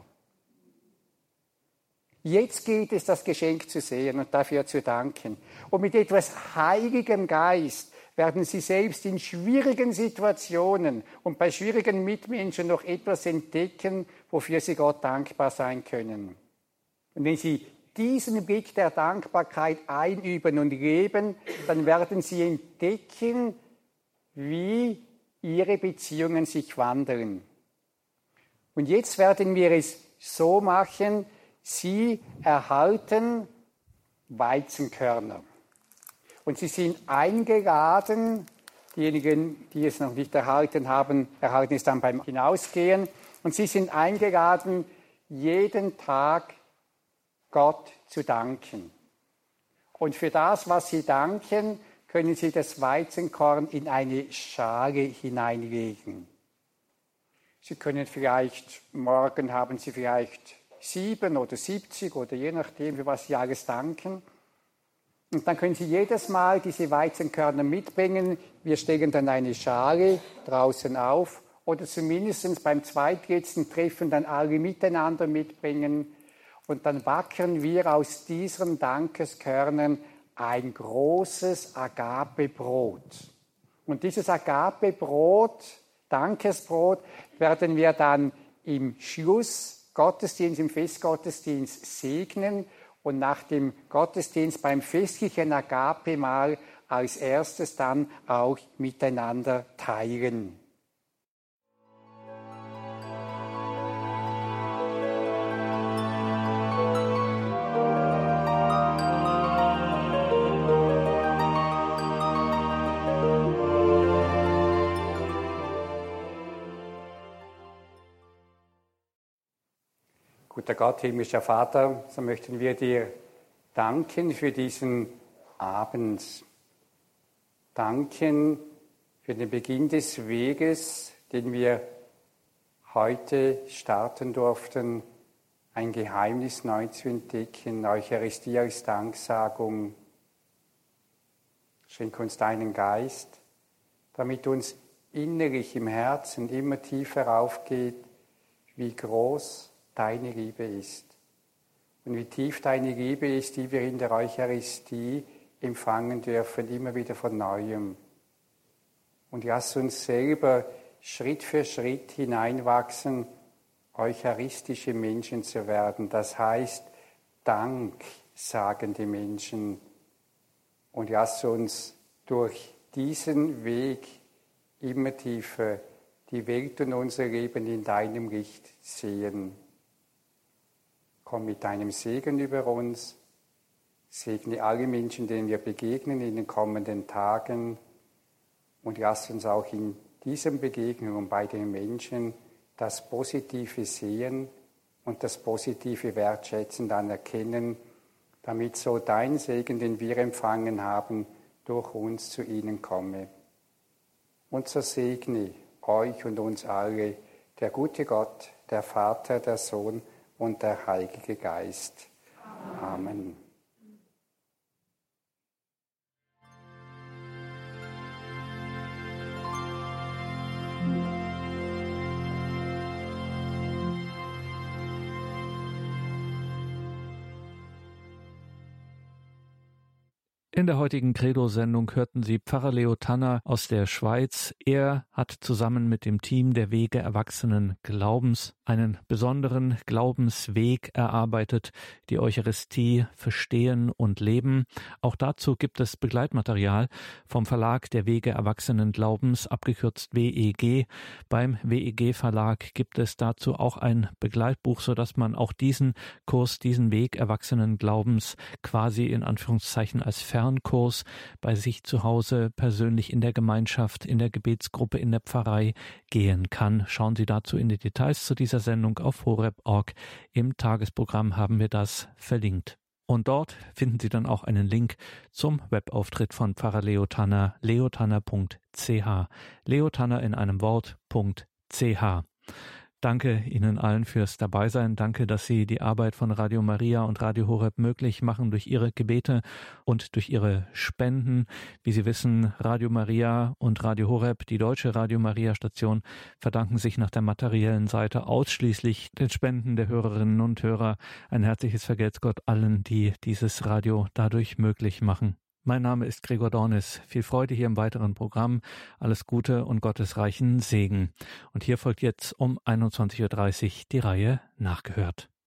Jetzt gilt es, das Geschenk zu sehen und dafür zu danken. Und mit etwas heiligem Geist werden Sie selbst in schwierigen Situationen und bei schwierigen Mitmenschen noch etwas entdecken, wofür Sie Gott dankbar sein können. Und wenn Sie diesen Blick der Dankbarkeit einüben und leben, dann werden Sie entdecken, wie Ihre Beziehungen sich wandeln. Und jetzt werden wir es so machen, Sie erhalten Weizenkörner. Und Sie sind eingeladen, diejenigen, die es noch nicht erhalten haben, erhalten es dann beim Hinausgehen. Und Sie sind eingeladen, jeden Tag Gott zu danken. Und für das, was Sie danken, können Sie das Weizenkorn in eine Schale hineinlegen. Sie können vielleicht, morgen haben Sie vielleicht sieben oder siebzig oder je nachdem, für was Sie alles danken. Und dann können Sie jedes Mal diese Weizenkörner mitbringen. Wir stellen dann eine Schale draußen auf oder zumindest beim zweitletzten Treffen dann alle miteinander mitbringen. Und dann backen wir aus diesen Dankeskörnern ein großes Agape-Brot. Und dieses Agape-Brot, Dankesbrot, werden wir dann im Schluss Gottesdienst, im Festgottesdienst segnen und nach dem Gottesdienst beim festlichen Agape-Mahl als erstes dann auch miteinander teilen. Guter Gott, himmlischer Vater, so möchten wir dir danken für diesen Abend. Danken für den Beginn des Weges, den wir heute starten durften, ein Geheimnis neu zu entdecken, Eucharistie als Danksagung. Schenk uns deinen Geist, damit uns innerlich im Herzen immer tiefer aufgeht, wie groß deine Liebe ist. Und wie tief deine Liebe ist, die wir in der Eucharistie empfangen dürfen, immer wieder von Neuem. Und lass uns selber Schritt für Schritt hineinwachsen, eucharistische Menschen zu werden. Das heißt, danksagende Menschen. Und lass uns durch diesen Weg immer tiefer die Welt und unser Leben in deinem Licht sehen. Komm mit deinem Segen über uns, segne alle Menschen, denen wir begegnen in den kommenden Tagen und lass uns auch in diesen Begegnungen bei den Menschen das Positive sehen und das Positive wertschätzen, dann erkennen, damit so dein Segen, den wir empfangen haben, durch uns zu ihnen komme. Und so segne euch und uns alle der gute Gott, der Vater, der Sohn und der Heilige Geist. Amen. In der heutigen Credo-Sendung hörten Sie Pfarrer Leo Tanner aus der Schweiz. Er hat zusammen mit dem Team der Wege erwachsenen Glaubens einen besonderen Glaubensweg erarbeitet, die Eucharistie verstehen und leben. Auch dazu gibt es Begleitmaterial vom Verlag der Wege erwachsenen Glaubens, abgekürzt W E G. Beim W E G-Verlag gibt es dazu auch ein Begleitbuch, sodass man auch diesen Kurs, diesen Weg erwachsenen Glaubens quasi in Anführungszeichen als Fernkurs bei sich zu Hause, persönlich in der Gemeinschaft, in der Gebetsgruppe, in der Pfarrei gehen kann. Schauen Sie dazu in die Details zu dieser Sendung auf horeb punkt org. Im Tagesprogramm haben wir das verlinkt. Und dort finden Sie dann auch einen Link zum Webauftritt von Pfarrer Leo Tanner, leotanner punkt c h. Leotanner in einem Wort .ch. Danke Ihnen allen fürs Dabeisein. Danke, dass Sie die Arbeit von Radio Maria und Radio Horeb möglich machen durch Ihre Gebete und durch Ihre Spenden. Wie Sie wissen, Radio Maria und Radio Horeb, die deutsche Radio Maria Station, verdanken sich nach der materiellen Seite ausschließlich den Spenden der Hörerinnen und Hörer. Ein herzliches Vergelt's Gott allen, die dieses Radio dadurch möglich machen. Mein Name ist Gregor Dornis. Viel Freude hier im weiteren Programm. Alles Gute und gottesreichen Segen. Und hier folgt jetzt um einundzwanzig Uhr dreißig die Reihe Nachgehört.